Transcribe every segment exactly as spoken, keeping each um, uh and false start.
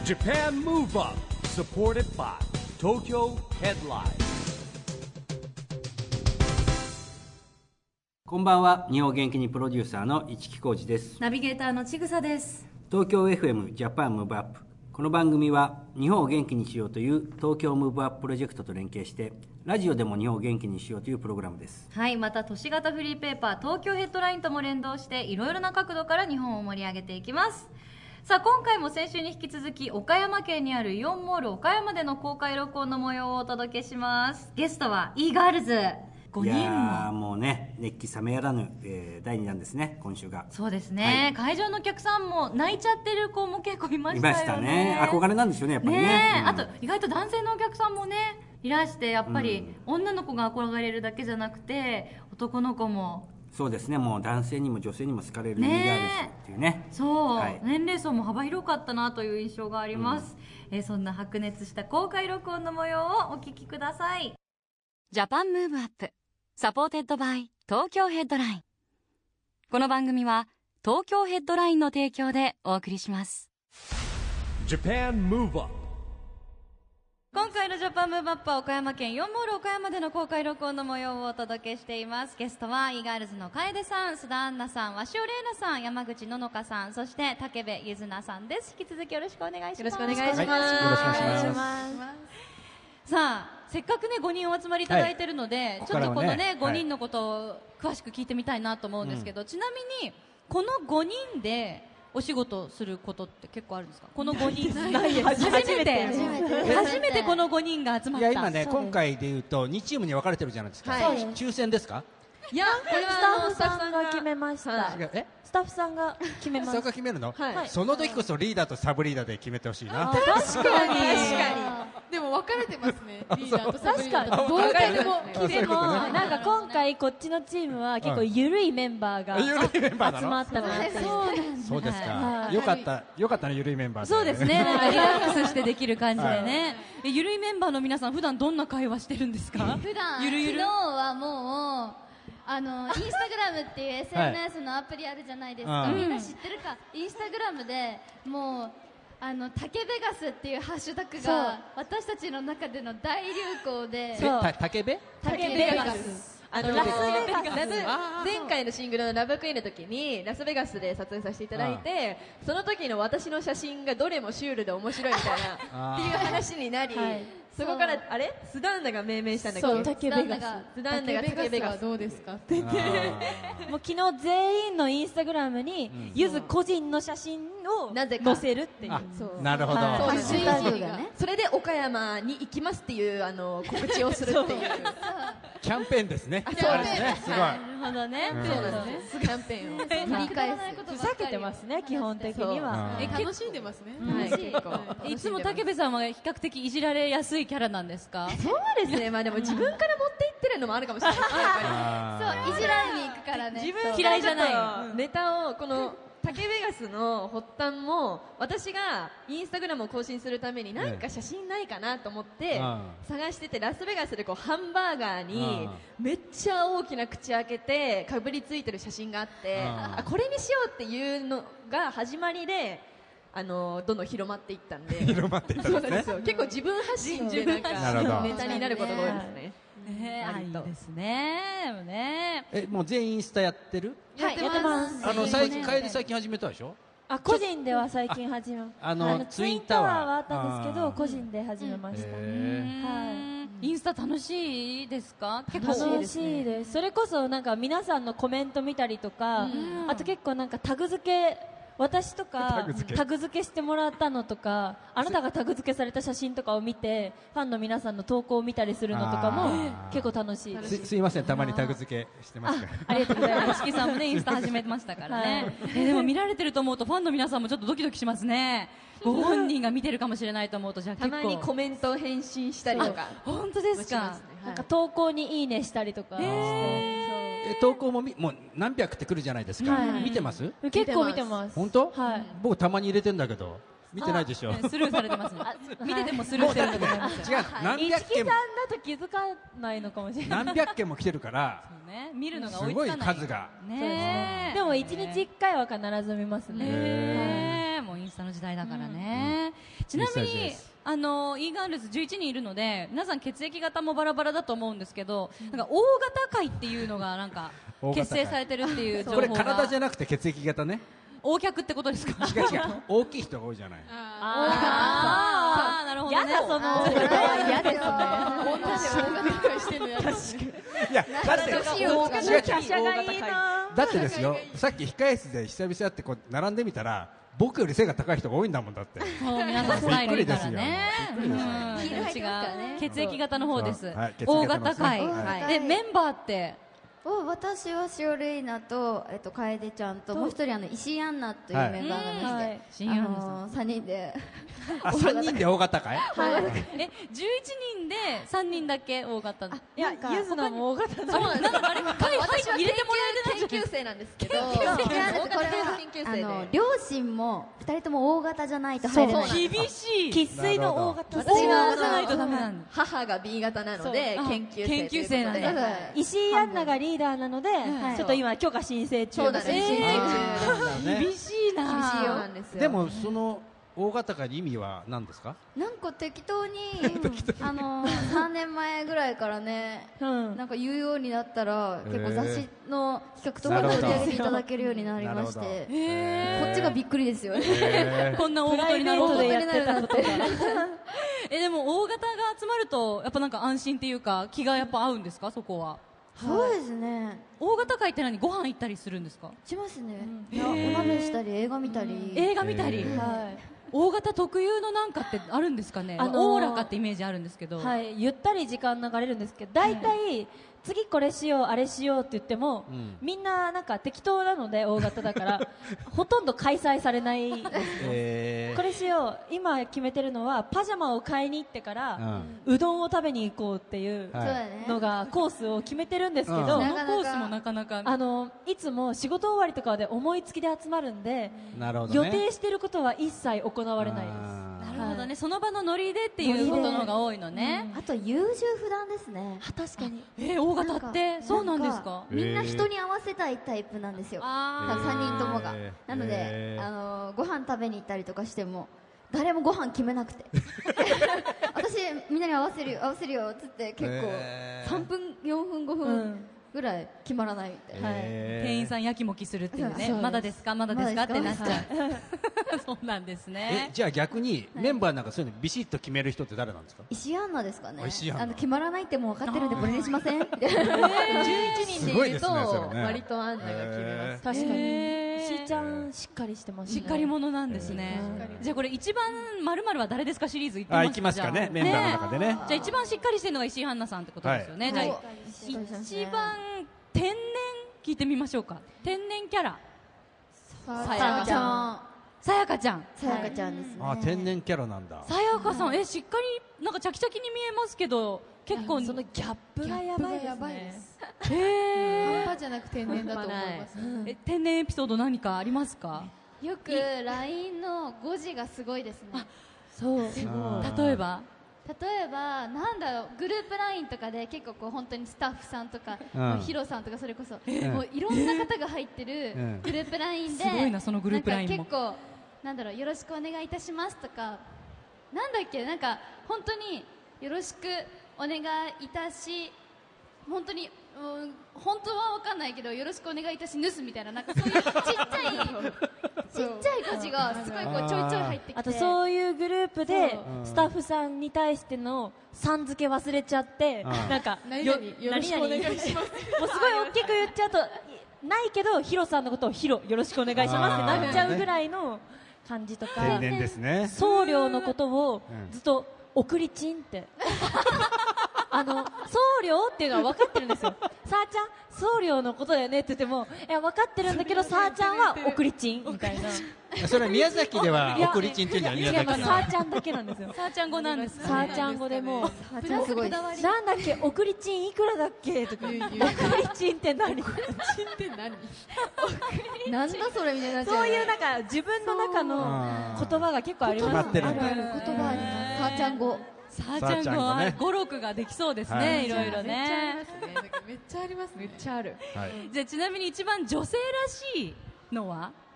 Japan Move Up supported by Tokyo Headline。 こんばんは。日本元気にプロデューサーの市木浩司です。 ナビゲーターのちぐさです。 東京 エフエム ジャパンムーブアップ。この番組は日本を元気にしようという東京ムーブアッププロジェクトと連携してラジオでも日本を元気にしようというプログラムです。 はい、また都市型フリーペーパー東京ヘッドラインとも連動していろいろな角度から日本を盛り上げていきます。さあ今回も先週に引き続き岡山県にあるイオンモール岡山での公開録音の模様をお届けします。ゲストは e ガールズごにんも。いやーもうね熱気冷めやらぬ、えー、だいにだんですね今週が。 そうですね、はい、会場のお客さんも泣いちゃってる子も結構いましたよね。 いましたね。憧れなんですよねやっぱりね。 ね、 うん、 あと意外と男性のお客さんもねいらしてやっぱり、うん、女の子が憧れるだけじゃなくて男の子も。 そうですね、もう男性にも女性にも好かれる e ガールズっていうね。 そう、 はい、 年齢層も幅広かったなという印象があります、うん、えー、そんな白熱した公開録音の模様をお聞きください。 ジャパンムーブアップサポーテッドバイ東京ヘッドライン。この番組は東京ヘッドラインの提供でお送りします。 Japan Move Up。 今回のジャパンムーブアップは岡山県イオンモール岡山での公開録音の模様をお届けしています。ゲストは e ガールズの楓さん、須田杏奈さん、鷲尾玲奈さん、山口ののかさん、そして武部ゆずなさんです。引き続きよろしくお願いします。よろしくお願いします。 よろしくお願いします。 さあせっかくねごにんお集まりいただいているので、はい、ちょっとこのね、ねごにんのことを詳しく聞いてみたいなと思うんですけど、うん、ちなみにこのごにんでお仕事することって結構あるんですか？このごにん初めて初めてこのごにんが集まった。 いや今ね今回でいうとにチームに分かれてるじゃないですか、はい、抽選ですか？ いやこれはスタッフさんが決めました。えスタッフさんが決めます。 スタッフが決めるの、 はい、 その時こそリーダーとサブリーダーで決めてほしいな。 確かに確かに。 でも分かれてますね。リーダーとサブリーダー。 確かに。でもでもなんか今回こっちのチームは結構ゆるいメンバーが集まったなって。 そうですか。よかったよかったねゆるいメンバー。 そうですね。なんかリラックスしてできる感じでね。ゆるいメンバーの皆さん普段どんな会話してるんですか？ 普段昨日はもう。あのインスタグラムっていう エスエヌエス のアプリあるじゃないですか、はい、みんな知ってるか。インスタグラムでもうあのタケベガスっていうハッシュタグが私たちの中での大流行で。 タケベタケベガスあのラスベガスラブ前回のシングルのラブクイーンの時にラスベガスで撮影させていただいて、その時の私の写真がどれもシュールで面白いみたいなっていう話になり、はい、そこからあれスダンナが命名したんだっけ？ そうタケベガス。 スダンナがタケベガスはどうですかって言ってもう昨日全員のインスタグラムに、うん、ゆず個人の写真を載せるっていう。 そうなるほど、はい、 そうハッシュタグがね。それで岡山に行きますっていうあの告知をするっていうキャンペーンですね。 そうですね。 すごい。 なるほどね。 そうなんです。キャンペーンを繰り返す。 ふざけてますね基本的には。 え楽しんでますね。 はい結構。いつも武部さんは比較的いじられやすいキャラなんですか？ そうですね。まあでも自分から持っていってるのもあるかもしれない。 そういじられに行くからね。 自分嫌いじゃないネタをこのタケベガスの発端も私がインスタグラムを更新するために何か写真ないかなと思って探してて、ラスベガスでこうハンバーガーにめっちゃ大きな口開けてかぶりついてる写真があって、あこれにしようっていうのが始まりであのどんどん広まっていったんで広まっていったんですね。 結構自分発信でなんかネタになることが多いですね。 ね、あいいですね。でもね。 え、もう全員インスタやってる？ はい、やってます。 あの最近楓最近始めたでしょ？ あ、個人では最近始め。 あのツインタワーはあったんですけど、個人で始めました。はい。インスタ楽しいですか？ 結構楽しいです。それこそなんか皆さんのコメント見たりとか、あと結構なんかタグ付け。私とかタグ付けしてもらったのとか、あなたがタグ付けされた写真とかを見てファンの皆さんの投稿を見たりするのとかも結構楽しいです。 す, すいませんたまにタグ付けしてますから。 あ, ありがとうございます。しきさんもねインスタ始めましたからね、はい、えでも見られてると思うとファンの皆さんもちょっとドキドキしますね。ご本人が見てるかもしれないと思うと、じゃあ結構たまにコメントを返信したりとか。 本当ですか？ はい、なんか投稿にいいねしたりとかして、 え投稿もみもう何百ってくるじゃないですか、はい、見てます？ 結構見てます。 本当？ はい。 僕たまに入れてんだけど見てないでしょ。 スルーされてますね。見ててもスルーしてるんだと思います。 違う、何百件も。 一木さんだと気づかないのかもしれない。 何百件も来てるから。 そうね、見るのが追いつかない。 すごい数が。 ね。 でも一日一回は必ず見ますね。 ね、もうインスタの時代だからね、うん、ちなみにあの e ガールズじゅういちにんいるので皆さん血液型もバラバラだと思うんですけど、うん、なんか大型会っていうのがなんか結成されてるっていう情報がこれ体じゃなくて血液型ね。 大脚ってことですか？ 違う違う大きい人が多いじゃない。 ああなるほどね。 やだその嫌ですね。女で大型会してるのやつ。 いやだって違うだってですよ、さっき控え室で久々やってこう並んでみたら僕より背が高い人が多いんだもん。だってそう皆さんスタイルいいからね。 びっくりですよ。 私が血液型の方です。 はい、 大型会、 はい、 でメンバーって私はしおれいなと、えっと、楓ちゃんともう一人あの石井アンナというメンバーがいまして、はいあのー、さんにんであさんにんで大型会、 はい、えじゅういちにんでさんにんだけ大型。いやゆずのも大型そうなんだ。あれ会私は入れてもらえてない研究生なんですけど、 これはあの両親もふたりとも大型じゃないと入れない。 厳しい。 生粋の大型。 私がじゃないとダメなんだ。 母が ビー 型なので研究生研究生なんだ。 石井アンナがリーダーなのでちょっと今許可申請中。 そうだね。 厳しいな。 厳しいよなんですよ。 でもその大型会の意味は何ですか？ なんか適当にあのさんねんまえぐらいからね、うん、なんか言うようになったら結構雑誌の企画とかで取り上げていただけるようになりまして、こっちがびっくりですよね。 こんな大型になることでやってたことがえでも大型が集まるとやっぱなんか安心っていうか気がやっぱ合うんですか？そこは。 そうですね。 大型会って何ご飯行ったりするんですか？ しますね。お鍋したり映画見たり。 映画見たり。はい。大型特有のなんかってあるんですかね。おおらかってイメージあるんですけど。 はい。ゆったり時間流れるんですけど、大体次これしようあれしようって言っても、うん、みんななんか適当なので大型だからほとんど開催されないです、えー、これしよう今決めてるのはパジャマを買いに行ってから、うん、うどんを食べに行こうっていうのがコースを決めてるんですけど、うん、 そのコースもなかなかあのいつも仕事終わりとかで思いつきで集まるんで、なるほどね、予定してることは一切行われないです。 なるほどね、その場のノリでっていうことのが多いのね、 うん、あと優柔不断ですね。 確かに。 えー、大型ってそうなんですか？ みんな人に合わせたいタイプなんですよ、さんにんともが。なので、あのー、ご飯食べに行ったりとかしても誰もご飯決めなくて私みんなに合わせるよ合わせるよっつって結構さんぷんよんぷんごふんぐらい決まらないみたいな、はい、 店員さんやきもきするっていうね、まだですかまだですかってなっちゃう、はい、そうなんですね。 えじゃあ逆にメンバーなんかそういうのビシッと決める人って誰なんですか？ 石井アンナですかね。 石井アンナ、 あの決まらないってもう分かってるんでこれにしませんじゅういちにんでいると割とアンナが決めます。 確かに石井ちゃんしっかりしてますね。 しっかり者なんですね。じゃあこれ一番〇〇は誰ですかシリーズいってますか？ あ行きますかね、メンバーの中でね。 じゃあ一番しっかりしてるのが石井アンナさんってことですよね。じゃあ一番天然聞いてみましょうか。天然キャラさやかちゃん。 さやかちゃんさやかちゃんですね。 あ天然キャラなんだ。 さやかさん、えしっかりなんかチャキチャキに見えますけど結構そのギャップがやばいですね。 へー、半端じゃなく天然だと思います。 え天然エピソード何かありますか？ よく ライン の誤字がすごいですね。あそうすごい。例えば例えばなんだろう、グループ ライン とかで結構こう本当にスタッフさんとか、うん、ヒロさんとかそれこそ、えー、もういろんな方が入ってるグループ ライン で、 すごいなそのグループ ライン も結構なんだろう、よろしくお願いいたしますとかなんだっけ、なんか本当によろしくお願いいたし本当に、うん、本当は分かんないけどよろしくお願いいたしますみたいな、なんかそういうちっちゃいちっちゃい誤字がすごいこうちょいちょい入ってきて、 あとそういうグループでスタッフさんに対してのさん付け忘れちゃって、なんか何々よろしくお願いしますもうすごい大きく言っちゃうとないけどヒロさんのことをヒロよろしくお願いしますってなっちゃうぐらいの感じとか、 天然ですね。 送料のことをずっと送りちんってあの送料っていうのは分かってるんですよ。さあちゃん送料のことだよねって言っても、いや分かってるんだけどさあちゃんは送りちんみたいな。 それは宮崎では送りちんっていうんじゃない？宮崎さあちゃんだけなんですよ。 さあちゃん語なんですか？ さあちゃん語でもうさあちゃんすごいなんだっけ、送りちんいくらだっけとか送りちんって何？送りちんって何？なんだそれみたいな。 そういうなんか自分の中の言葉が結構あります。 決まってる。 あるある言葉あります。さあちゃん語。 さあちゃん語は語録ができそうですね、いろいろね。 めっちゃあります。めっちゃある。 じゃあちなみに一番女性らしいのは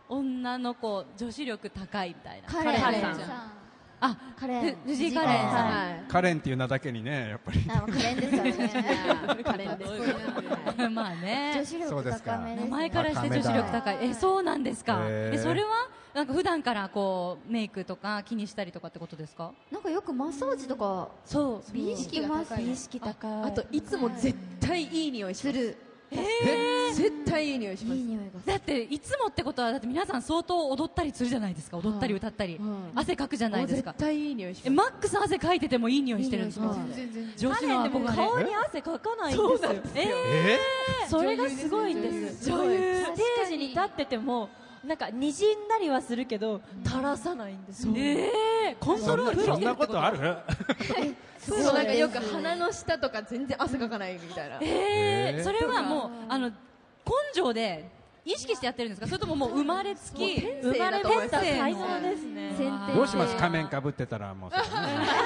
女の子女子力高いみたいな。 カレンカレンさん。 あ、 カレン。 藤井カレンさん。 はいカレンっていう名だけにね、やっぱり。 あ、カレンですよね。 カレンですまあね。 女子力高めですね。 名前からして女子力高い。え、そうなんですか。 へーえ、それはなんか普段からこうメイクとか気にしたりとかってことですか？ なんかよくマッサージとかそう美意識が高い。 美意識高い。 あといつも絶対いい匂いします。 する。 絶対いい匂いします。 いい匂いがする。 だっていつもってことはだって皆さん相当踊ったりするじゃないですか。踊ったり歌ったり、汗かくじゃないですか。 絶対いい匂いしえ、 ます。 マックス汗かいててもいい匂いしてるんですか？女子のでも憧顔れ。 に汗かかないんですよ。 えそれがすごいんです。 女優ステージに立っててもなんかにじんだりはするけど垂らさないんですよ。 ええ、コントロールそんなことある？ そうなんかよく鼻の下とか全然汗かかないみたいな。 えー、 えーそれはもうあの根性で意識してやってるんですか？それとももう生まれつき生まれ持った最高ですね。 先手どうします？仮面かぶってたらもうそれね。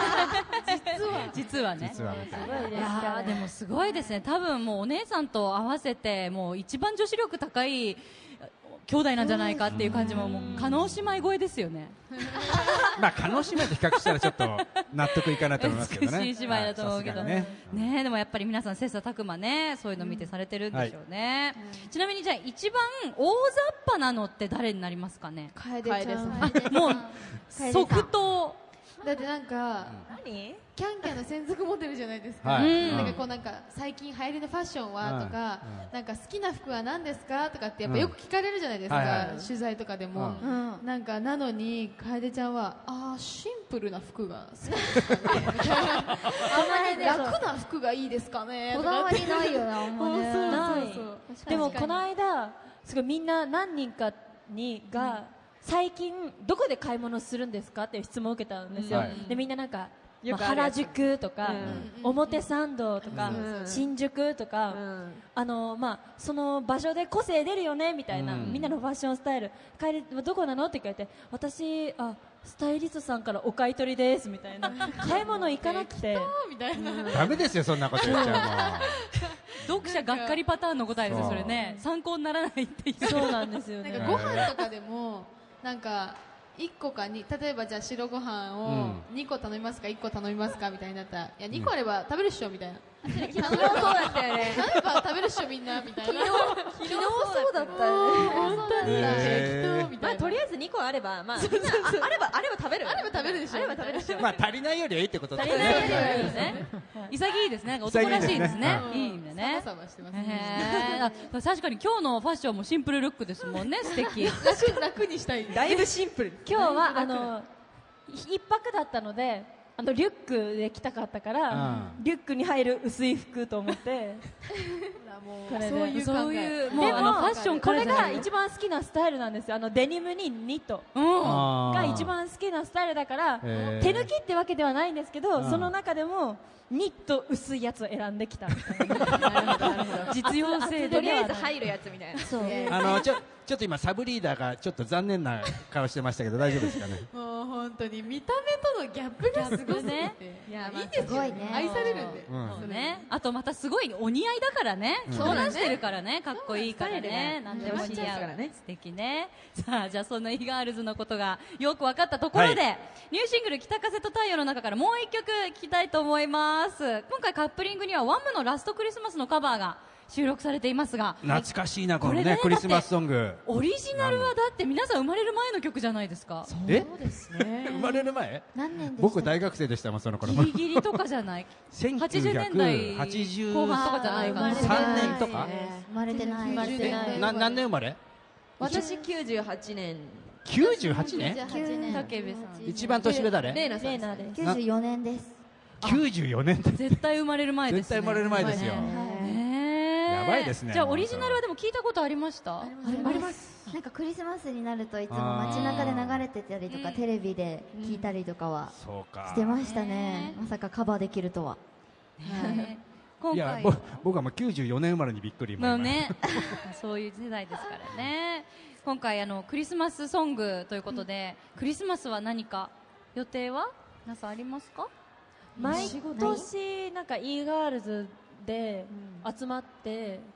実はね。 実はみたいな。 すごいですいやーでもすごいですね。多分もうお姉さんと合わせてもう一番女子力高い兄弟なんじゃないかっていう感じももう加納姉妹超えですよね。 まあ加納姉妹と比較したらちょっと納得いかないと思いますけどね。 美しい姉妹だと思うけどはいさすがにね。 ねえ、でもやっぱり皆さん切磋琢磨ね、そういうの見てされてるんでしょうね。ちなみにじゃあ一番大雑把なのって誰になりますかね？ 楓楓ちゃん。 さんもう楓さん即答。 だってなんか、 何？ キャンキャンの専属モデルじゃないですか、 はいうんなんかこうなんか最近流行りのファッションはとか、なんか好きな服は何ですかとかってやっぱよく聞かれるじゃないですか、 はいはい取材とかでも、 うん。 なんかなのに楓ちゃんはあーシンプルな服が好きですかねみたいなあんまり楽な服がいいですかねことだわかってりないよな、あんまね。 そうないそうそうでもこの間すごいみんな何人かにが最近どこで買い物するんですかっていう質問を受けたんですよ。 はいでみんななんかよくあるやつまあ原宿とか、 うん表参道とか、 うん新宿とか、 うんあのまあ、その場所で個性出るよねみたいな、 うんみんなのファッションスタイル帰りどこなのって聞かれて私あスタイリストさんからお買い取りですみたいな買い物行かなくてみたいな、 ダメですよそんなこと言っちゃ読者がっかりパターンの答えですよ、それね。参考にならないっていう。 そうなんですよねなんかご飯とかでもなんかいっこかに例えばじゃあ白ご飯をにこ頼みますかいっこ頼みますかみたいになったらいやにこあれば食べるっしょみたいな昨日そうだったよね。 なんか食べるっしょみんなみたいな昨日そうだったよね。 本当だったへーまあ昨日みたいなとりあえずにこあればまあみんなああればあれば食べる。 あれば食べるでしょあれば食べるでしょ。 う。まあ足りないよりはいいってことです足りないよりね。 はいいですね。潔いですね。なんか男らしいですね。いい意味でね。 サバサバしてますねへーあ確かに今日のファッションもシンプルルックですもんね。素敵。 楽楽にしたいだいぶシンプル。 今日はあの一泊だったのであのリュックで着たかったから、 うんリュックに入る薄い服と思ってこれでそういう考えそういうもうでもあのファッションこれが一一番好きなスタイルなんですよあのデニムにニットうん。 あーが一番好きなスタイルだからへー手抜きってわけではないんですけど、 うんその中でもニット薄いやつを選んできたみたいな実用性でとりあえず入るやつみたいな。 そうあのちょちょっと今サブリーダーがちょっと残念な顔してましたけど大丈夫ですかね。 もう本当に見た目とのギャップがすごすぎていやいいですよすごいね愛されるんでうんそうね、あとまたすごいお似合いだからね、着こなしてるからね、かっこいいからね、なんでも似合うからね、素敵ね。さあ、じゃあそんなイガールズのことがよく分かったところで、 はニューシングル北風と太陽の中からもう一曲聴きたいと思います。今回カップリングにはワムのラストクリスマスのカバーが収録されていますが、 懐かしいなこのこれねねクリスマスソング。 オリジナルはだって皆さん生まれる前の曲じゃないですか。 えそうですね。 生まれる前？ 何年でした僕大学生でしたもんその頃。 ギリギリとかじゃない。はちじゅうねんだいはちじゅう後半とかじゃないかな。 さんねんとか？ 生まれてない。 生まれてないな何年生まれ？ 私きゅうじゅうはちねん。 きゅうじゅうはちねん？ きゅうじゅうはちねん竹部さん一番年上誰？ レイナさん。 レーナですきゅうじゅうよねんです。 きゅうじゅうよねんって絶対生まれる前ですね。 絶対生まれる前ですよ。 ねえやばいですねじゃあオリジナルはでも聞いたことありました？ あります。なんかクリスマスになるといつも街中で流れてたりとかテレビで聞いたりとかはそうか。 してましたね。まさかカバーできるとは。 ね今回いやぼ僕はもうきゅうじゅうよねん生まれにびっくり。 もうねそういう世代ですからね。今回あのクリスマスソングということで、クリスマスは何か予定は皆さんありますか？ 毎年なんか e ガールズで集まって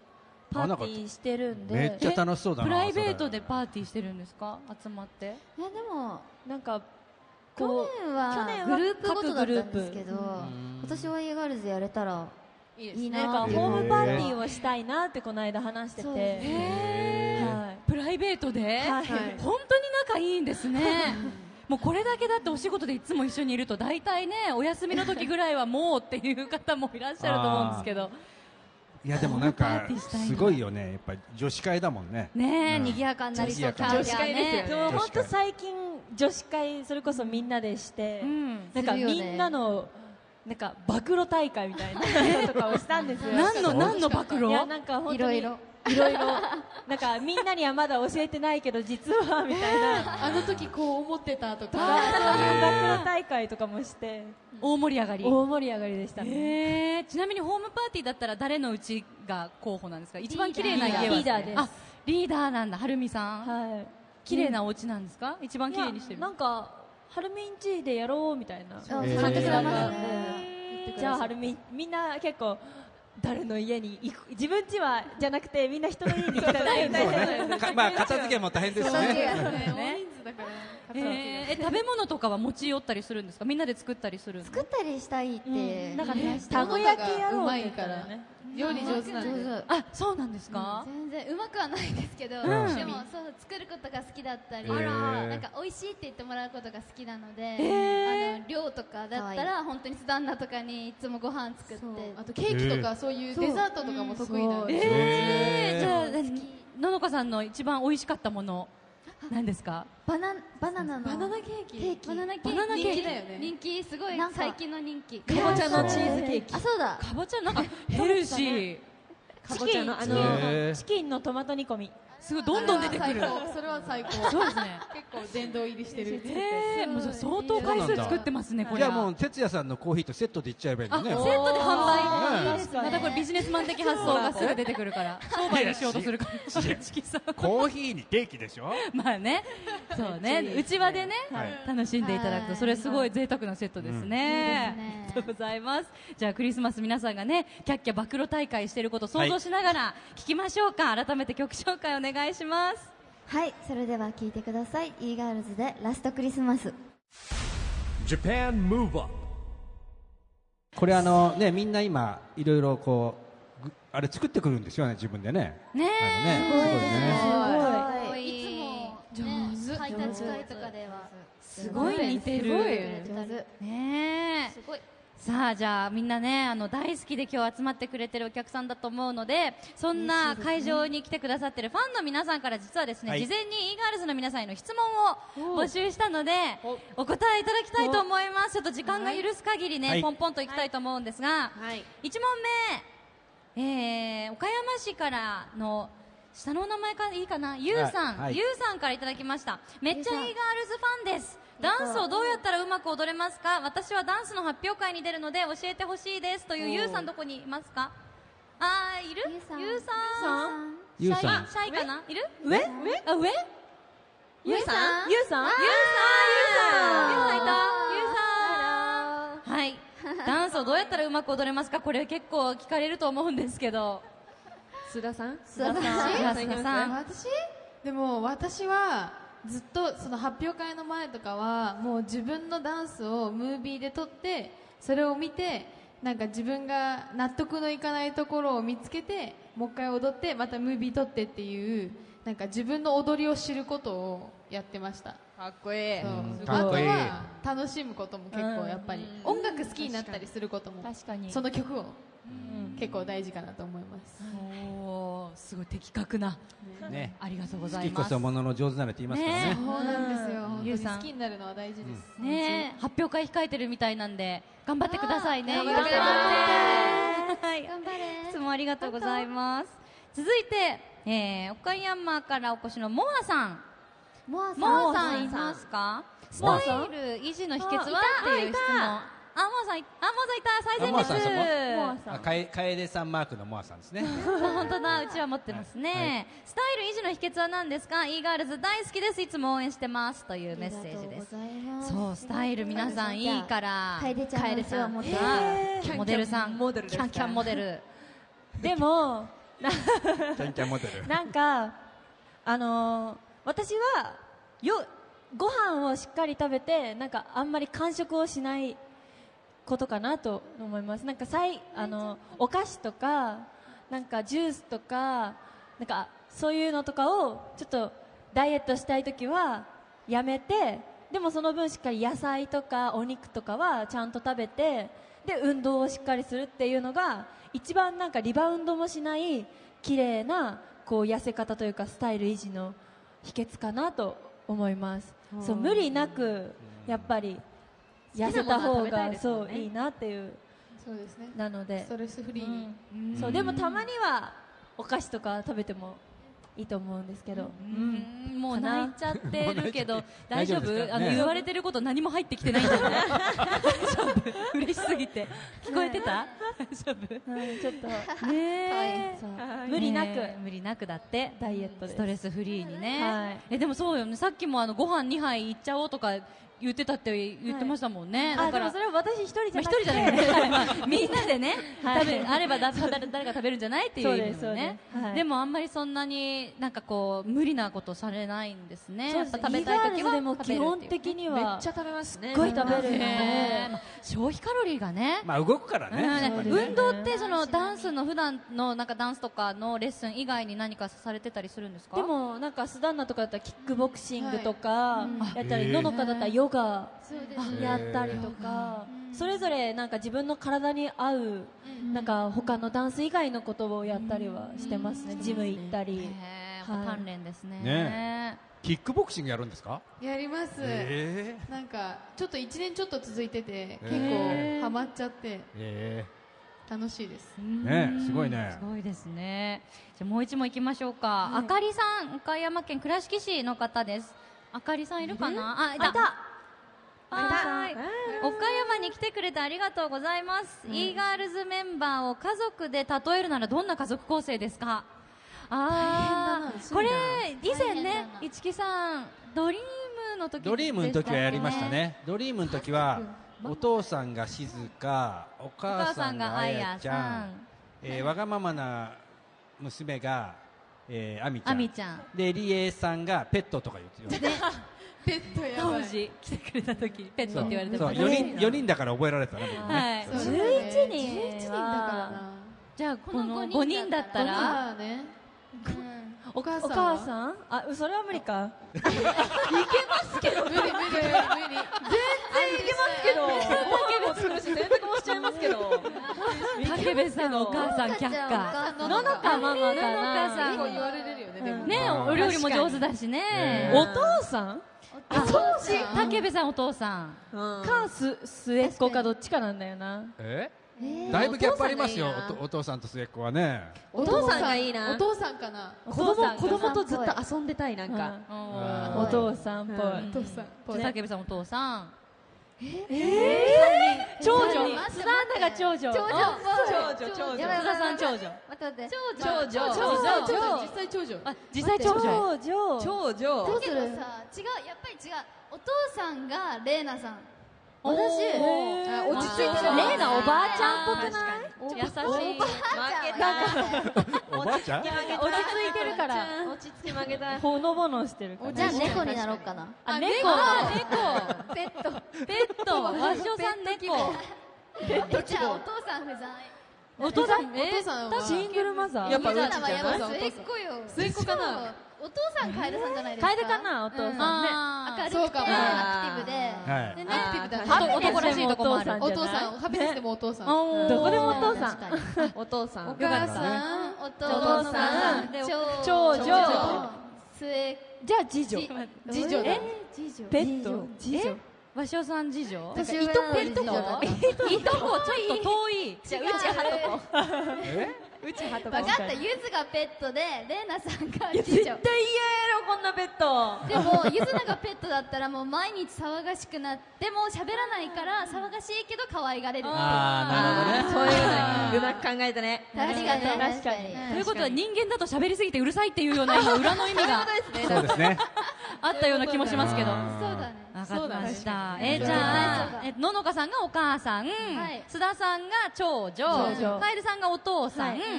パーティーしてるんで、 めっちゃ楽しそうだな。 プライベートでパーティーしてるんですか、集まって。 いやでもなんか去年はグループごとだったんですけど、今年は イーガールズやれたらいいななんかホームパーティーをしたいなってこの間話してて、 はい、プライベートで、はい、本当に仲いいんですね。もうこれだけだってお仕事でいつも一緒にいると大体ね、お休みの時ぐらいはもうっていう方もいらっしゃると思うんですけど。 いやでもなんかすごいよね、やっぱり女子会だもんね。 ねえ、賑やかになりそう。 女子会ですよね。本当最近女子会それこそみんなでして、なんかみんなのなんか暴露大会みたいなとかをしたんですよ。 何の何の暴露？ いやなんか本当にいろいろいろいろなんかみんなにはまだ教えてないけど実はみたいな、 あの時こう思ってたとか、 暴露大会とかもして大盛り上がり。 大盛り上がりでしたね。 ちなみにホームパーティーだったら誰のうちが候補なんですか？一番綺麗な家はリーダーです。 あ、リーダーなんだ。はるみさん。 はい。 綺麗なお家なんですか？一番綺麗にしてる。 なんかはるみんちでやろうみたいな感じがあますね。 じゃあはるみみんな結構誰の家に行く、自分家はじゃなくてみんな人の家に行ったら大変です。まあ片付けも大変ですね。 大人数だから。 えー、食べ物とかは持ち寄ったりするんですか？みんなで作ったりする？ 作ったりしたいって、 なんかね、たこ焼きやろうって言ったらね、 料理上手なんで。 あ、そうなんですか？ 全然うまくはないですけど、でもそう作ることが好きだったり、なんか美味しいって言ってもらうことが好きなので、あの量とかだったら本当にス旦那とかにいつもご飯作って、 あとケーキとかそういうデザートとかも得意なんで。 えー、じゃあののかさんの一番美味しかったもの何ですか？ バナバナナのバナナケーキ。 バナナケバナナケーキ人気だよね。 人気すごい最近の人気。 かぼちゃのチーズケーキ。 あ、そうだ。 かぼちゃなんかヘルシー。 かぼちゃのあのチキンのトマト煮込み。 すごいどんどん出てくる。 それは最高。 そうですね。 結構殿堂入りしてる。 ええ、もう相当回数作ってますねこれ。 じゃあもう哲也さんのコーヒーとセットでいっちゃえばいいのね。 セットで販売。いいですね。またこれビジネスマン的発想がすぐ出てくるから商売にしようとするから。 コーヒーにケーキでしょ。 まあね、そうね、内輪でね楽しんでいただくとそれすごい贅沢なセットですね。ありがとうございます。じゃあクリスマス皆さんがねキャッキャ暴露大会していることを想像しながら聞きましょうか。改めて曲紹介お願いします。 はい、それでは聴いてください。 イーガールズでラストクリスマス。 Japan Move Up。 これあのね、みんな今いろいろこうあれ作ってくるんですよね、自分でね。 ねえ、すごいね。 すごい。いつも上手。ハイタッチ会とかではすごい似てる。ねえ。すごい。さあ、じゃあみんなね、あの大好きで今日集まってくれてるお客さんだと思うので、そんな会場に来てくださってるファンの皆さんから実はですね、はい、事前に イーガールズの皆さんへの質問を募集したのでお答えいただきたいと思います。ちょっと時間が許す限りね、はい、ポンポンといきたいと思うんですが、はい、いち問目、えー、岡山市からの下のお名前かいいかな、ゆうさん、はい、ゆうさんからいただきました。めっちゃ イーガールズファンです。ダンスをどうやったらうまく踊れますか？私はダンスの発表会に出るので教えてほしいですという。ゆうさんどこにいますか？あー、いる？ゆうさん。ゆうさん。 ゆうさん。 シャイかな？いる？ 上？上？あ、上？ゆうさん？ゆうさん？ゆうさん。ゆうさん。ゆうさんいた？ゆうさん。 はい。ダンスをどうやったらうまく踊れますか？これ結構聞かれると思うんですけど。 須田さん？ 須田さん。須田さん。 私？でも私はずっとその発表会の前とかはもう自分のダンスをムービーで撮ってそれを見て、なんか自分が納得のいかないところを見つけてもう一回踊ってまたムービー撮ってっていう、なんか自分の踊りを知ることをやってました。 かっこいい。 あとは楽しむことも結構やっぱり音楽好きになったりすることも確かにその曲を結構大事かなと思います。 おー、すごい的確な、 ね、 ありがとうございます。 好きこそものの上手なれって言いますからね。 そうなんですよ。 ゆうさん、 好きになるのは大事です。 ね、発表会控えてるみたいなんで頑張ってくださいね。 頑張って。 はい、頑張れ。いつもありがとうございます。続いて、えー、岡山からお越しのモアさん。 モアさん、 モアさんいますか？スタイル維持の秘訣はっていう質問。あ、モアさん、あ、モアさんいた、最前列。 あ、かえ、かえでさんマークのモアさんですね。 本当だ、うちは持ってますね。スタイル維持の秘訣は何ですか？ イーガールズ大好きです、いつも応援してますというメッセージです。そう、スタイル皆さんいいから。 かえでちゃんのモデルさん、モデルさん、キャンキャンモデル。 でもキャンキャンモデル。 なんかあのー、私はよご飯をしっかり食べてなんかあんまり間食をしないことかなと思います。なんかさいあのお菓子とかなんかジュースとかなんかそういうのとかをちょっとダイエットしたいときはやめて、でもその分しっかり野菜とかお肉とかはちゃんと食べて、で運動をしっかりするっていうのが一番なんかリバウンドもしない綺麗なこう痩せ方というかスタイル維持の秘訣かなと思います。そう無理なくやっぱり痩せた方がそういいなっていう。 そうですね。 なのでストレスフリーに、 うん、そうでもたまにはお菓子とか食べてもいいと思うんですけど、 うん、もう泣いちゃってるけど大丈夫？ 大丈夫ですか？ あのね、 言われてること何も入ってきてないんだよね。大丈夫？嬉しすぎて聞こえてた？大丈夫？ うん、ちょっとねそう無理なく、 ね、無理なくだってダイエットです。 ストレスフリーにね、 はい、 えでもそうよね、さっきもあのご飯にはいっちゃおうとか言ってたって言ってましたもんね、 はい、 だからあでもそれは私一人じゃなくて、 まあ、一人じゃないね、まあ、みんなでね、 はい、 食べあればだ誰誰が食べるんじゃないっていう意味もね、 で, はい、 でもあんまりそんなになんかこう無理なことされないんですね。 そうですね、 やっぱ食べたい時はでも基本的にはめっちゃ食べますね。 すっごい食べるので、 まあ、消費カロリーがね、 まあ動くからね、 うん、運動ってそのダンスの普段のなんかダンスとかのレッスン以外に何かされてたりするんですか？ でもなんかスダンナとかだったらキックボクシングとかやったり、 はい、 ののかだったらヨガそうやったりとか、それぞれなんか自分の体に合うなんか他のダンス以外のことをやったりはしてますね。ジム行ったり、 鍛錬ですね。 ね、キックボクシングやるんですか？ やります、 えー、 なんかちょっといちねんちょっと続いてて、結構ハマっちゃって、 えー、楽しいです。 ね、すごいね。 すごいですね。じゃもう一問いきましょうか。はい、あかりさん、岡山県倉敷市の方です。あかりさんいるかな？あ、いた。はい、岡山に来てくれてありがとうございます、うん、e ガールズメンバーを家族で例えるならどんな家族構成ですか？あー、これ以前ね、市木さんドリームの時ドリームの時はやりましたね。ドリームの時はお父さんが静香、お母さんがあやちゃん、えー、わがままな娘が、えー、あみちゃん、 あみちゃんでリエさんがペットとか言ってるペットやばい。 当時来てくれた時ペットって言われてました。 よにんよにんだから覚えられたね。 はい。 じゅういちにんじゅういちにんだからな。 じゃあこのごにんだったらね。 お母さん、お母さん、あ、それは無理か。 いけますけど、 無理無理無理。全然いけますけど、竹部選択もしちゃいますけど。竹部さんのお母さん却下。 ののかママかな。ののかさん。結構言われるよね。でもね、お料理も上手だしね。 お父さん？ あ、竹部さんお父さん。 かす末っ子かどっちかなんだよな。 え？だいぶギャップありますよ、お父さんと末っ子はね。 お父さんがいいな。 お父さんかな。 子供子供とずっと遊んでたいなんか。 お父さんっぽい。 お父さんっぽい。 竹部さんお父さん。 えー、長女。スダンナが長女。 長女。 長女。長女。 津田さん長女。 待って長女。長女。 実際長女。 あ、実際長女。 長女。 長女。 だけどさ、違う、やっぱり違う。お父さんがレイナさん。私、 落ち着いてる。レイナおばあちゃんっぽくない？ 優しい。 おばあちゃん。 おばあちゃん？ 落ち着いてるから。 落ち着き負けた。 ほのぼのしてるから。 じゃあ猫になろうかな。 あ、猫。 猫。 ペット。 ペット。わしおさん猫。 じゃあお父さん不在。 お父さん、 お父さんはシングルマザー。 やっぱうちじゃない。 末っ子よ。 末っ子かな。 お父さん楓さんじゃないですか。 楓かな、お父さんね。 明るくてアクティブで。 でね、 男らしいとこもある。 お父さん、ハピネスでもお父さん。 どこでもお父さん。 お父さん。 お母さん、 お父さん、 長女。 末。 じゃあ次女。 次女だ。 ペット。次女。 わしおさん次女。 私いとこいとこ。いとこちょっと遠い。 じゃあうちはとこ。 え？ うちはとこ。 分かった。ゆずがペットでレイナさんが次女。 絶対嫌やろこんなペット。 でもゆずながペットだったらもう毎日騒がしくなっても喋らないから騒がしいけど可愛がれる。 ああ、なるほどね。 そういうのうまく考えたね。 確かに確かに。 ということは人間だと喋りすぎてうるさいっていうような今裏の意味がそうですね。 あったような気もしますけど。 そうだね。 わかりました。えじゃあえののかさんがお母さん、須田さんが長女、楓さんがお父さん、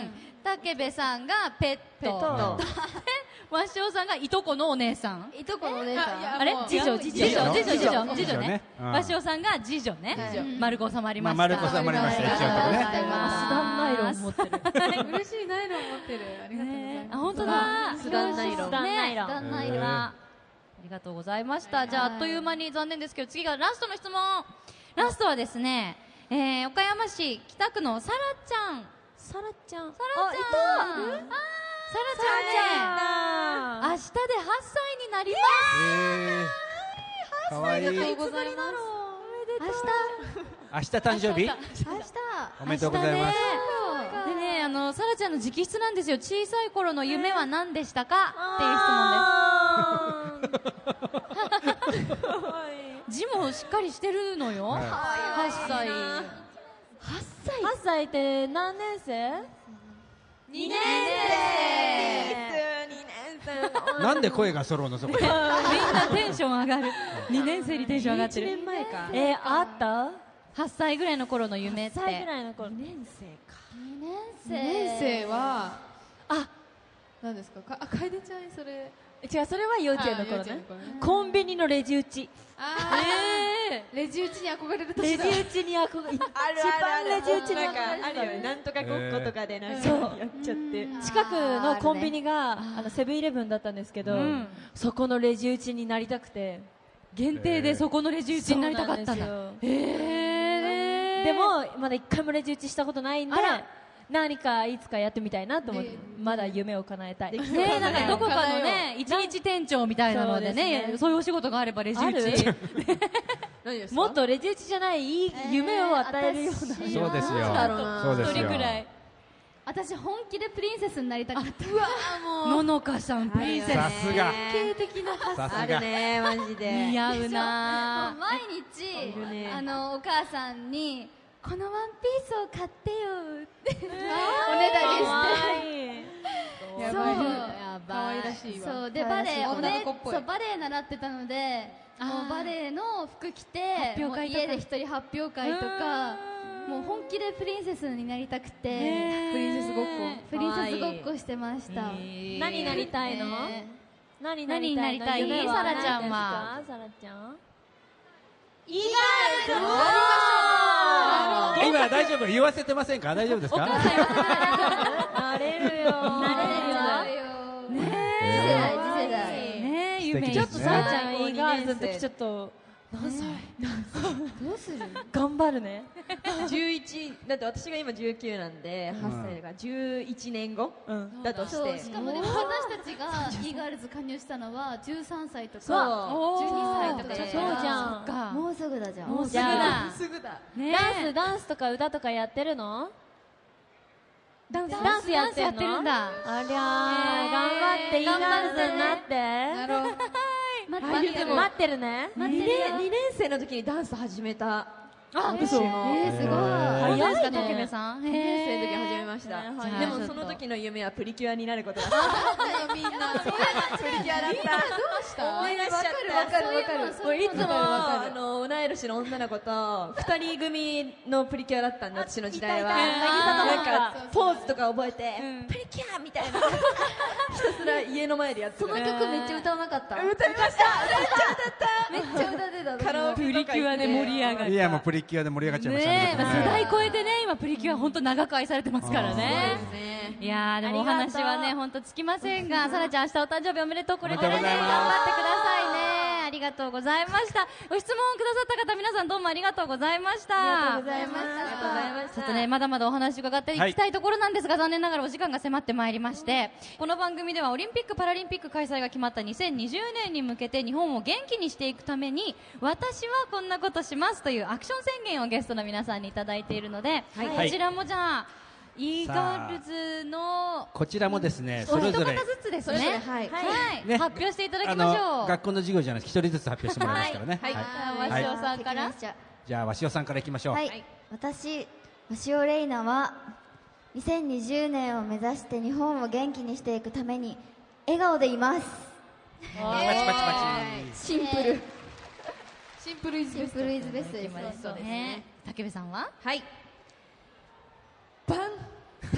武部さんがペット。わしおさんがいとこのお姉さん。 いとこのお姉さん。 あれ次女、次女、次女、次女、次女、次女ね。 うんわしおさんが次女ね。丸く収まりました。 まあ丸く収まりました一応とねスダンナイロン持ってる。 嬉しいナイロン持ってる。ありがとうございます。 あ、本当だ。 スダンナイロン。 スダンナイロン。 スダンナイロン。 ありがとうございました。じゃあ、あっという間に残念ですけど、次がラストの質問。ラストはですね、えー、岡山市北区のさらちゃん。 さらちゃん。 さらちゃん。さらちゃんね、明日ではっさいになります。 かわいい。 ありがとうございます。 明日誕生日明日。 おめでとうございます。 でね、あの、さらちゃんの直筆なんですよ。小さい頃の夢は何でしたかっていう質問です。字もしっかりしてるのよ。はっさい。はっさい。 はっさいって何年生？ にねん生。 なんで声が揃うのそこで。 みんなテンション上がる。にねん生にテンション上がってる。 いちねんまえか。えー、あった？ はっさいぐらいの頃の夢って。 はっさいぐらいの頃。にねん生か。 にねん生。 にねん生は、あ、何ですか、か、あ、楓ちゃんそれ。 違う、それは幼稚園の頃ねあ幼稚園の頃ね。 コンビニのレジ打ち。 あー、レジ打ちに憧れるレ年だ。 ジ打ちに憧れ、一あるあるあ番る。 レジ打ちになんか憧れあるよね。なんとかごっことかでなんかそうやっちゃって。 近くのコンビニがあのセブンイレブンだったんですけど、 うんそこのレジ打ちになりたくて、 限定でそこのレジ打ちになりたかったんだ。 そうなんですよへー。 でもまだ一回もレジ打ちしたことないんであら、 何かいつかやってみたいなと思って、まだ夢を叶えたい。 ねえ、なんかどこかのね、一日店長みたいなのでね、 そうですねそういうお仕事があればレジ打ち。 何ですか？ もっとレジ打ちじゃないいい夢を与えるような、 えー私そうですよ。 だろうなそうですよ。 一人くらい。 私本気でプリンセスになりたかった。 うわーもう。 ののかさん、プリンセさすが。 経的な発あさすが。 るね、マジス。 で。 似合うもうな毎日いるねあのお母さんにこのワンピースを買ってよっておねだりして。 やばいそうやばい。可愛らしいわ。 そうでバレエお女のね子っぽいそうバレエ習ってたので、 あーもうバレエの服着て発表会とかもう家で一人発表会とかもう本気でプリンセスになりたくてへープリンセスごっこプリンセスごっこしてました。 何になりたいの？ ね何何になりたい夢はサラちゃんは何ですか？サラちゃん？ イガールズ。 今大丈夫？言わせてませんか？大丈夫ですか？ なれるよ。 なれるよ。 ね次世代次世代。 ねえ、夢。 素敵ですねちょっとサラちゃんイーガールズの時ちょっと何歳？ どうする？ 頑張るね。 じゅういち、だって私が今じゅうきゅうなんで、はっさいだからじゅういちねんごうん。 だとしそうて。 しかもでも私たちがイーガールズ加入したのはじゅうさんさいとかそうじゅうにさいとかそうだそうじからゃん。 か。 もうすぐだじゃん。 もうすぐじゃだ。 すぐだ。 ねダンスダンスとか歌とかやってるの？ ダンスダンスやってんの？ ダンスやってるんだ。 ありゃー、頑張ってイーガールズになって。 なろう。 待ああいうでも待ってるね。 にねんにねん生の時にダンス始めた。 あ、 私も。 えーすごい。 早いですか、 ね竹部さん。 にねん生の時始めました。 ね早いでもその時の夢はプリキュアになることだった。 みんな。 プリキュアだった。 どうした？ 思い出しちゃった。 わかるわかるわかる。 もういつもわかるあの同い年の女の子と二人組のプリキュアだったんで、私の時代は。 いたいたなん渚かポーズとか覚えて、プリキュアみたいな。ひたすら家の前でやってた。 その曲めっちゃ歌わなかった。 歌いました。 めっちゃ歌ってた。 カラオケプリキュアで盛り上がる。 いやもうプリキュアで盛り上がっちゃいましたねえ、 ね。 まあ世代超えてね、今プリキュア本当長く愛されてますからね。 ね。 いやーでもお話はね本当つきませんが、さらちゃん明日お誕生日おめでとう。これからねおめでとうございます頑張ってくださいね。ありがとうございました。ご質問くださった方皆さんどうもありがとうございました。 ありがとうございました。 ありがとうございましちょっとね、まだまだお話伺っていきたいところなんですが、残念ながらお時間が迫ってまいりまして、この番組ではオリンピック・パラリンピック開催が決まったにせんにじゅうねんに向けて日本を元気にしていくために、私はこんなことしますというアクション宣言をゲストの皆さんにいただいているので、 はいこちらもじゃあ、イーガールズのこちらもですね、そお一方れぞれずつですそれぞれね。 はいはい、 ね発表していただきあましょう。 の学校の授業じゃなくて一人ずつ発表してもらいますからね。 はいじゃあわしおさんから。 じゃじゃあ鷲尾さんからいきましょう。 はい。私、鷲尾レイナはにせんにじゅうねんを目指して日本を元気にしていくために笑顔でいます。 パチパチパシンプル。 シンプルイズベスト。 シンプルイズベストです。 そうですね。竹部さんははい。バン竹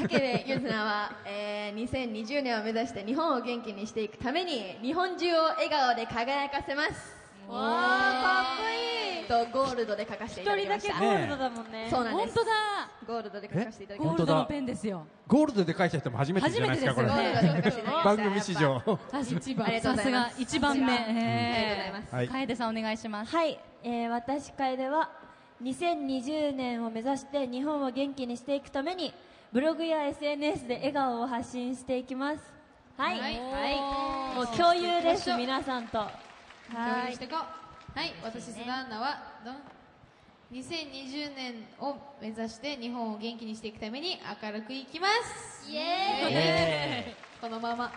竹部ゆずなは、えー、にせんにじゅうねんを目指して日本を元気にしていくために日本中を笑顔で輝かせます。 わー、かっこいい。 とゴールドで書かせていただきました。 一人だけゴールドだもんね。 そうなんです。 本当だ。 ゴールドで書かせていただきました。 ゴールドのペンですよ。 ゴールドで書いた人も初めてじゃないですか、これ。番組史上。 一番。さすが一番目。ありがとうございます。楓さんお願いします。 はい、えー、私楓はにせんにじゅうねんを目指して日本を元気にしていくためにブログや エスエヌエス で笑顔を発信していきます。はい、はい、もう共有です、皆さんと。はい、 してこう。はい、私須田アンナはどんにせんにじゅうねんを目指して日本を元気にしていくために明るくいきます。 イエーイ。 このまま。 はい。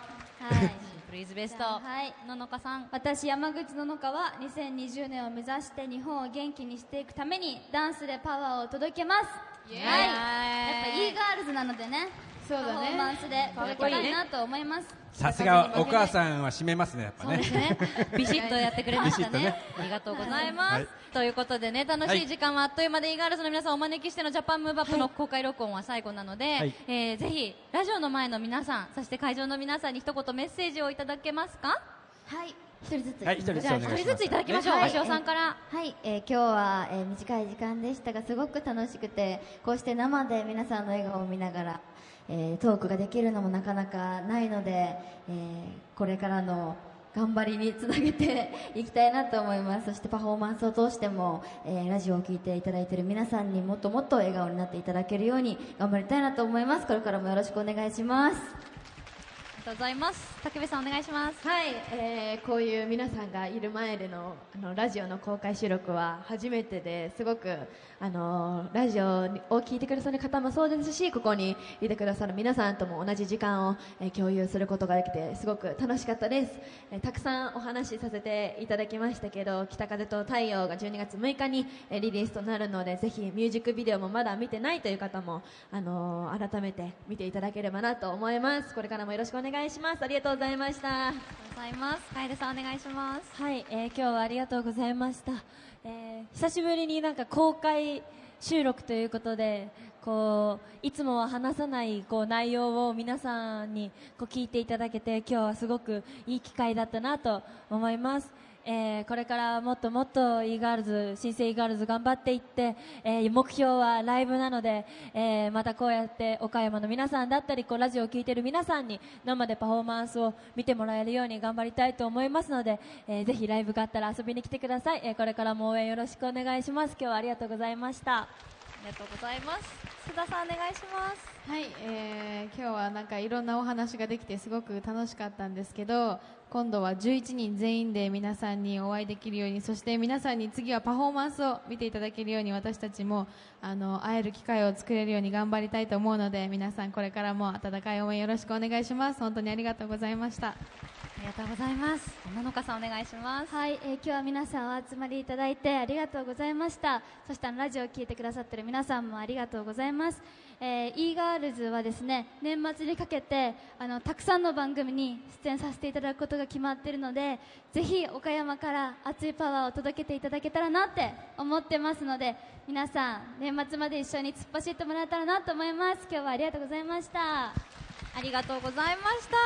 プリーズベスト。 はい。 ののかさん。 私山口ののかはにせんにじゅうねんを目指して日本を元気にしていくためにダンスでパワーを届けます。 イエーイ。 はい。やっぱ e ガールズなのでね。 そうだね。 パフォーマンスで届けたいなと思います。 さすがお母さんは締めますね、やっぱね。 そうですね。ビシッとやってくれましたね。ありがとうございます。ということでね、楽しい時間はあっという間で e ガールズの皆さんをお招きしてのジャパンムーブアップの公開録音は最後なので、えー、ぜひラジオの前の皆さん、そして会場の皆さんに一言メッセージをいただけますか？ はい。一人ずつ。 はい、一人ずつお願いします。 一人ずついただきましょう。鷲尾さんから。 はい、えー、今日は、えー、短い時間でしたがすごく楽しくて、こうして生で皆さんの笑顔を見ながら、えー、トークができるのもなかなかないので、えー、これからの頑張りにつなげていきたいなと思います。そしてパフォーマンスを通しても、えー、ラジオを聞いていただいている皆さんにもっともっと笑顔になっていただけるように頑張りたいなと思います。これからもよろしくお願いします。 ありがとうございます。竹部さんお願いします。 はい、えー、こういう皆さんがいる前でのあのラジオの公開収録は初めてですごくあのラジオを聞いてくださる方もそうですし、ここにいてくださる皆さんとも同じ時間を、えー、共有することができてすごく楽しかったです。えー、たくさんお話しさせていただきましたけど、北風と太陽がじゅうにがつむいかに、えー、リリースとなるので、ぜひミュージックビデオもまだ見てないという方も、あのー、改めて見ていただければなと思います。これからもよろしくお願いします。ありがとうございました。 ありがとうございます。楓さんお願いします。 はい、えー、今日はありがとうございました。えー、久しぶりになんか公開収録ということで、こういつもは話さないこう内容を皆さんにこう聞いていただけて、今日はすごくいい機会だったなと思います。えー、これからもっともっと e ガールズ新生 e ガールズ頑張っていって、えー、目標はライブなので、えー、またこうやって岡山の皆さんだったりこうラジオを聴いている皆さんに生でパフォーマンスを見てもらえるように頑張りたいと思いますので、えー、ぜひライブがあったら遊びに来てください。えー、これからも応援よろしくお願いします。今日はありがとうございました。 ありがとうございます。須田さんお願いします。 はい、えー、今日はなんかいろんなお話ができてすごく楽しかったんですけど、今度はじゅういちにん全員で皆さんにお会いできるように、そして皆さんに次はパフォーマンスを見ていただけるように、私たちもあの会える機会を作れるように頑張りたいと思うので、皆さんこれからも温かい応援よろしくお願いします。本当にありがとうございました。 ありがとうございます。ののかさんお願いします。 はい、えー、今日は皆さんお集まりいただいてありがとうございました。そしてあのラジオを聞いてくださっている皆さんもありがとうございます。えー、e ガールズはですね、年末にかけてあのたくさんの番組に出演させていただくことが決まっているので、ぜひ岡山から熱いパワーを届けていただけたらなって思ってますので、皆さん年末まで一緒に突っ走ってもらえたらなと思います。今日はありがとうございました。 ありがとうございました。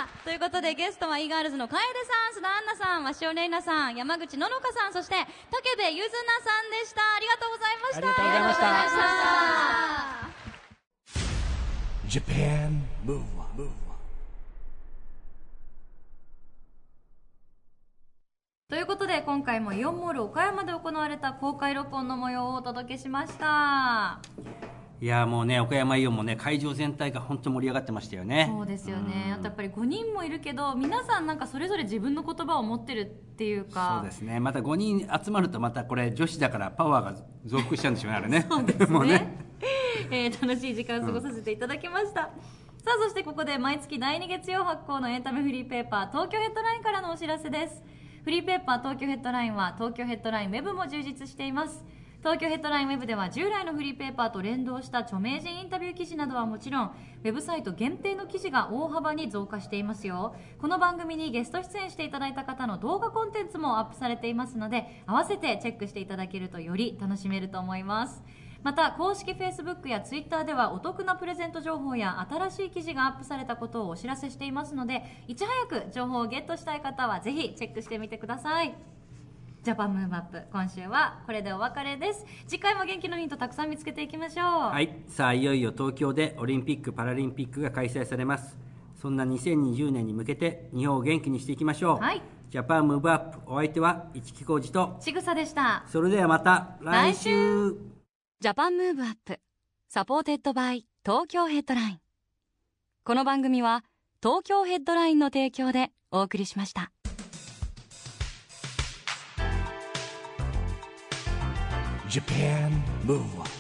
ということでゲストは e ガールズの楓さん、須田アンナさん、鷲尾玲奈さん、山口ののかさん、そして竹部ゆずなさんでした。ありがとうございました。 ありがとうございました。 Japan Move Up。 ということで今回もイオンモール岡山で行われた公開録音の模様をお届けしました。 いやもうね、岡山イオンもね、会場全体が本当盛り上がってましたよね。 そうですよね。あとやっぱりごにんもいるけど、皆さんなんかそれぞれ自分の言葉を持ってるっていうか。 そうですね。またごにん集まるとまたこれ女子だからパワーが増幅しちゃうんでしょうね、あれね。 そうですね。 もうねえー、楽しい時間過ごさせていただきました。うん、さあそしてここで毎月だいに月曜発行のエンタメフリーペーパー東京ヘッドラインからのお知らせです。フリーペーパー東京ヘッドラインは東京ヘッドラインウェブも充実しています。東京ヘッドラインウェブでは従来のフリーペーパーと連動した著名人インタビュー記事などはもちろん、ウェブサイト限定の記事が大幅に増加していますよ。この番組にゲスト出演していただいた方の動画コンテンツもアップされていますので、合わせてチェックしていただけるとより楽しめると思います。 また公式 Facebook や Twitter ではお得なプレゼント情報や新しい記事がアップされたことをお知らせしていますので、いち早く情報をゲットしたい方はぜひチェックしてみてください。ジャパンムーブアップ、今週はこれでお別れです。次回も元気のヒントたくさん見つけていきましょう。 はい、さあいよいよ東京でオリンピック・パラリンピックが開催されます。そんなにせんにじゅうねんに向けて日本を元気にしていきましょう。 はい、 ジャパンムーブアップ、お相手は市木浩二とちぐさでした。 それではまた来週。 ジャパンムーブアップ、サポーテッドバイ東京ヘッドライン。この番組は東京ヘッドラインの提供でお送りしました。 Japan Move Up